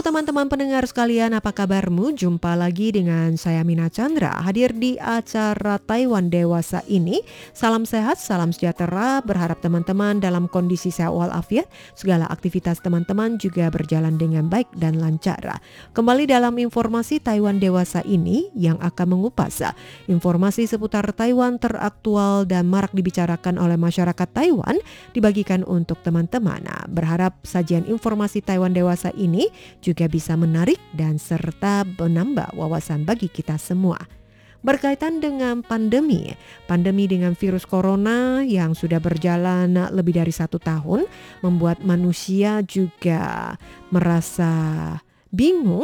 teman-teman pendengar sekalian, apa kabarmu? Jumpa lagi dengan saya Mina Chandra, hadir di acara Taiwan Dewasa ini. Salam sehat, salam sejahtera, berharap teman-teman dalam kondisi sehat walafiat. Segala aktivitas teman-teman juga berjalan dengan baik dan lancar. Kembali dalam informasi Taiwan Dewasa ini yang akan mengupas informasi seputar Taiwan teraktual dan marak dibicarakan oleh masyarakat Taiwan, dibagikan untuk teman-teman. Berharap sajian informasi Taiwan Dewasa ini juga bisa menarik dan serta menambah wawasan bagi kita semua. Berkaitan dengan pandemi dengan virus corona yang sudah berjalan lebih dari 1 tahun, membuat manusia juga merasa bingung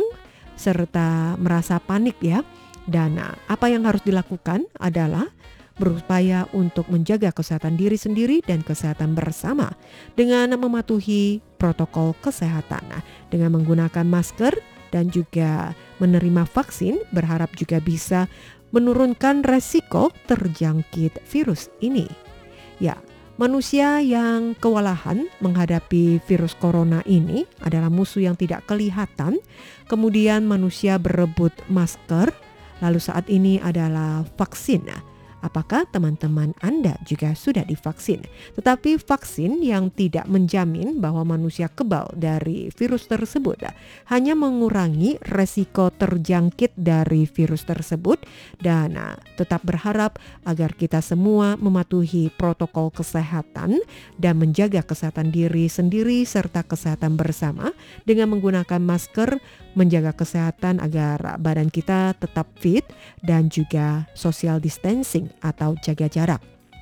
serta merasa panik ya. Dan apa yang harus dilakukan adalah berupaya untuk menjaga kesehatan diri sendiri dan kesehatan bersama dengan mematuhi protokol kesehatan, dengan menggunakan masker dan juga menerima vaksin, berharap juga bisa menurunkan resiko terjangkit virus ini. Ya, manusia yang kewalahan menghadapi virus corona ini adalah musuh yang tidak kelihatan. Kemudian manusia berebut masker, lalu saat ini adalah vaksin. Apakah teman-teman Anda juga sudah divaksin? Tetapi vaksin yang tidak menjamin bahwa manusia kebal dari virus tersebut, hanya mengurangi resiko terjangkit dari virus tersebut, dan tetap berharap agar kita semua mematuhi protokol kesehatan dan menjaga kesehatan diri sendiri serta kesehatan bersama dengan menggunakan masker, menjaga kesehatan agar badan kita tetap fit dan juga social distancing atau jaga jarak.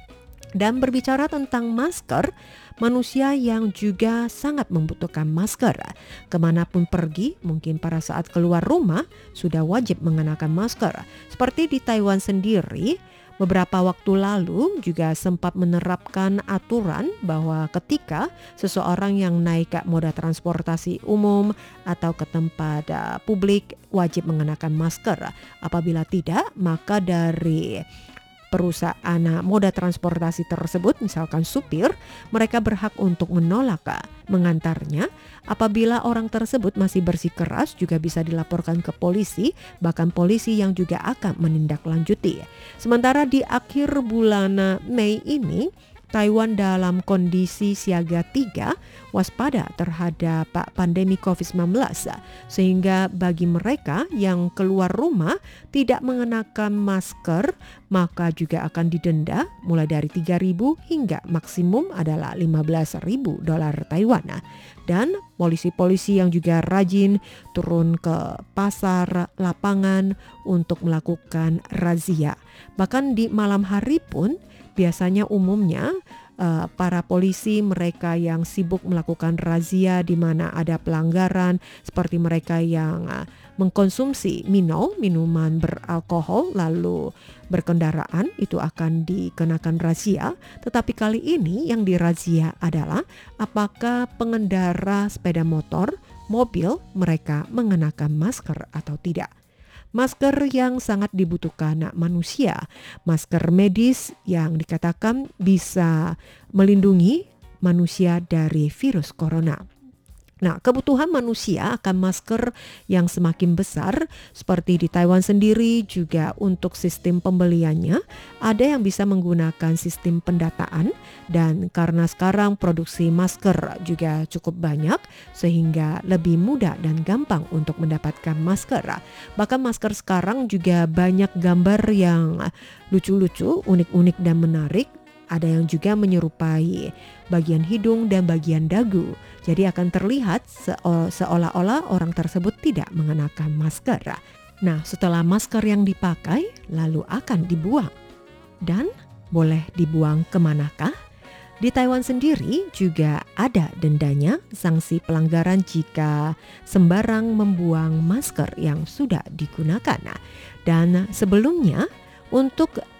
Dan berbicara tentang masker, manusia yang juga sangat membutuhkan masker. Kemanapun pergi, mungkin pada saat keluar rumah sudah wajib mengenakan masker. Seperti di Taiwan sendiri, beberapa waktu lalu juga sempat menerapkan aturan bahwa ketika seseorang yang naik ke moda transportasi umum atau ke tempat publik wajib mengenakan masker. Apabila tidak, maka dari perusahaan moda transportasi tersebut, misalkan supir, mereka berhak untuk menolak mengantarnya. Apabila orang tersebut masih bersikeras, juga bisa dilaporkan ke polisi, bahkan polisi yang juga akan menindaklanjuti. Sementara di akhir bulan Mei ini, Taiwan dalam kondisi siaga 3, waspada terhadap pandemi COVID-19, sehingga bagi mereka yang keluar rumah tidak mengenakan masker, maka juga akan didenda mulai dari 3.000 hingga maksimum adalah 15.000 dolar Taiwan. Dan polisi-polisi yang juga rajin turun ke pasar, lapangan untuk melakukan razia. Bahkan di malam hari pun biasanya umumnya para polisi mereka yang sibuk melakukan razia di mana ada pelanggaran seperti mereka yang mengkonsumsi minuman beralkohol lalu berkendaraan, itu akan dikenakan razia. Tetapi kali ini yang dirazia adalah apakah pengendara sepeda motor, mobil mereka mengenakan masker atau tidak. Masker yang sangat dibutuhkan manusia, masker medis yang dikatakan bisa melindungi manusia dari virus corona. Nah, kebutuhan manusia akan masker yang semakin besar, seperti di Taiwan sendiri juga untuk sistem pembeliannya, ada yang bisa menggunakan sistem pendataan, dan karena sekarang produksi masker juga cukup banyak, sehingga lebih mudah dan gampang untuk mendapatkan masker. Bahkan masker sekarang juga banyak gambar yang lucu-lucu, unik-unik dan menarik. Ada yang juga menyerupai bagian hidung dan bagian dagu. Jadi akan terlihat seolah-olah orang tersebut tidak mengenakan masker. Nah, setelah masker yang dipakai lalu akan dibuang. Dan boleh dibuang kemanakah? Di Taiwan sendiri juga ada dendanya, sanksi pelanggaran jika sembarang membuang masker yang sudah digunakan. Dan sebelumnya untuk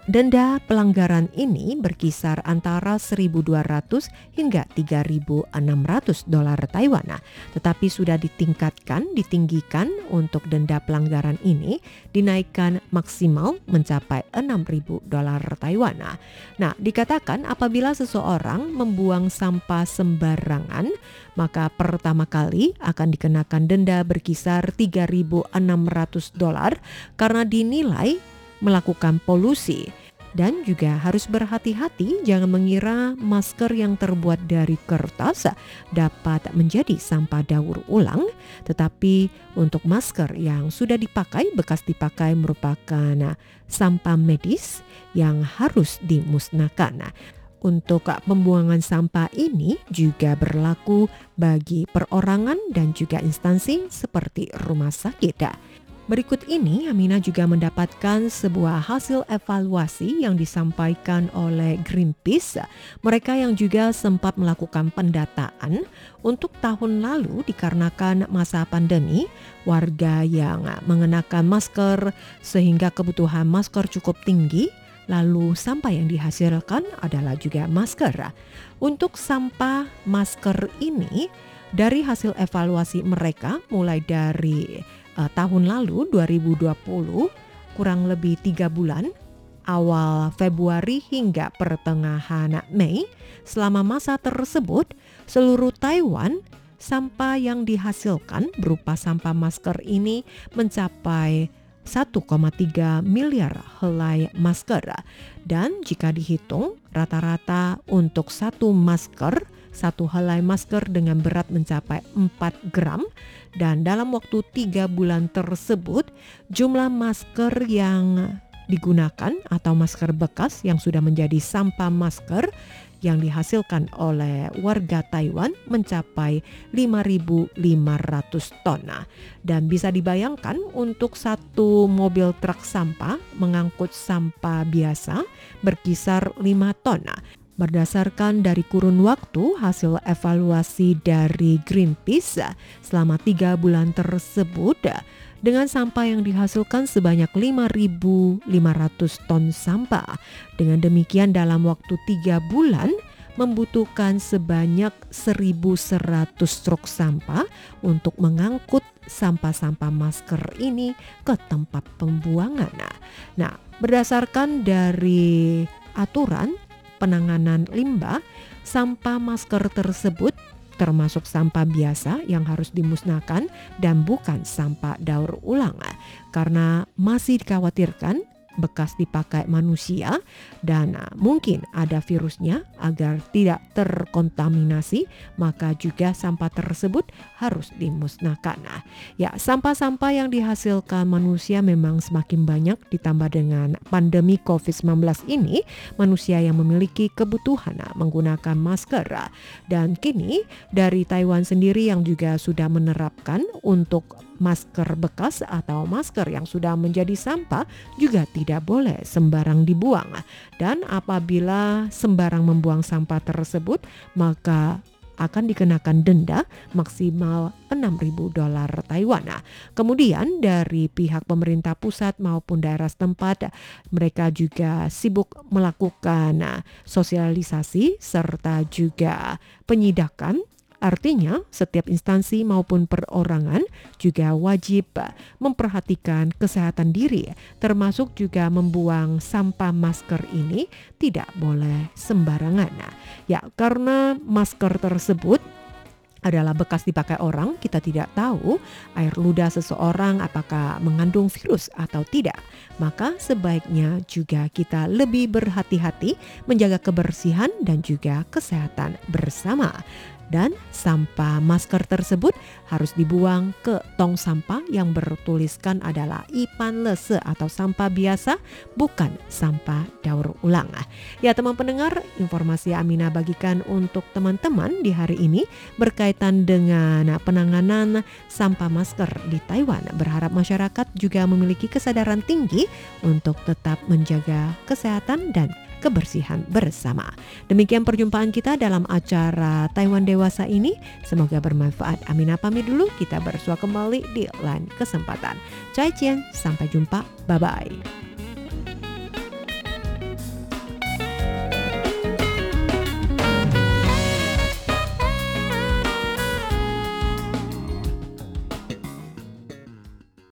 Denda pelanggaran ini berkisar antara 1.200 hingga 3.600 dolar Taiwan. Nah, tetapi sudah ditinggikan untuk denda pelanggaran ini dinaikkan maksimal mencapai 6.000 dolar Taiwan. Nah, dikatakan apabila seseorang membuang sampah sembarangan, maka pertama kali akan dikenakan denda berkisar 3.600 dolar karena dinilai melakukan polusi. Dan juga harus berhati-hati jangan mengira masker yang terbuat dari kertas dapat menjadi sampah daur ulang, tetapi untuk masker yang sudah bekas dipakai merupakan sampah medis yang harus dimusnahkan. Untuk pembuangan sampah ini juga berlaku bagi perorangan dan juga instansi seperti rumah sakit. Berikut ini Aminah juga mendapatkan sebuah hasil evaluasi yang disampaikan oleh Greenpeace. Mereka yang juga sempat melakukan pendataan untuk tahun lalu dikarenakan masa pandemi, warga yang mengenakan masker sehingga kebutuhan masker cukup tinggi. Lalu sampah yang dihasilkan adalah juga masker. Untuk sampah masker ini dari hasil evaluasi mereka mulai dari tahun lalu 2020 kurang lebih 3 bulan awal Februari hingga pertengahan Mei, selama masa tersebut seluruh Taiwan sampah yang dihasilkan berupa sampah masker ini mencapai 1,3 miliar helai masker. Dan jika dihitung rata-rata untuk satu helai masker dengan berat mencapai 4 gram, dan dalam waktu 3 bulan tersebut jumlah masker yang digunakan atau masker bekas yang sudah menjadi sampah masker yang dihasilkan oleh warga Taiwan mencapai 5.500 ton. Dan bisa dibayangkan untuk satu mobil truk sampah mengangkut sampah biasa berkisar 5 ton. Berdasarkan dari kurun waktu hasil evaluasi dari Greenpeace selama 3 bulan tersebut, dengan sampah yang dihasilkan sebanyak 5.500 ton sampah. Dengan demikian dalam waktu 3 bulan membutuhkan sebanyak 1.100 truk sampah untuk mengangkut sampah-sampah masker ini ke tempat pembuangan. Nah, berdasarkan dari aturan penanganan limbah, sampah masker tersebut termasuk sampah biasa yang harus dimusnahkan dan bukan sampah daur ulang karena masih dikhawatirkan bekas dipakai manusia dan mungkin ada virusnya. Agar tidak terkontaminasi, maka juga sampah tersebut harus dimusnahkan. Ya, sampah-sampah yang dihasilkan manusia memang semakin banyak, ditambah dengan pandemi COVID-19 ini, manusia yang memiliki kebutuhan menggunakan masker. Dan kini dari Taiwan sendiri yang juga sudah menerapkan untuk masker bekas atau masker yang sudah menjadi sampah juga tidak boleh sembarang dibuang. Dan apabila sembarang membuang sampah tersebut, maka akan dikenakan denda maksimal 6.000 dolar Taiwan. Kemudian dari pihak pemerintah pusat maupun daerah setempat, mereka juga sibuk melakukan sosialisasi serta juga penyidakan. Artinya setiap instansi maupun perorangan juga wajib memperhatikan kesehatan diri, termasuk juga membuang sampah masker ini tidak boleh sembarangan. Ya, karena masker tersebut adalah bekas dipakai orang, kita tidak tahu air ludah seseorang apakah mengandung virus atau tidak. Maka sebaiknya juga kita lebih berhati-hati menjaga kebersihan dan juga kesehatan bersama. Dan sampah masker tersebut harus dibuang ke tong sampah yang bertuliskan adalah ipan lese atau sampah biasa, bukan sampah daur ulang. Ya teman pendengar, informasi Aminah bagikan untuk teman-teman di hari ini berkaitan dengan penanganan sampah masker di Taiwan. Berharap masyarakat juga memiliki kesadaran tinggi untuk tetap menjaga kesehatan dan kebersihan bersama. Demikian perjumpaan kita dalam acara Taiwan Dewasa ini. Semoga bermanfaat. Aminah pamit dulu, kita bersua kembali di lain kesempatan. Cai Cian, sampai jumpa. Bye-bye.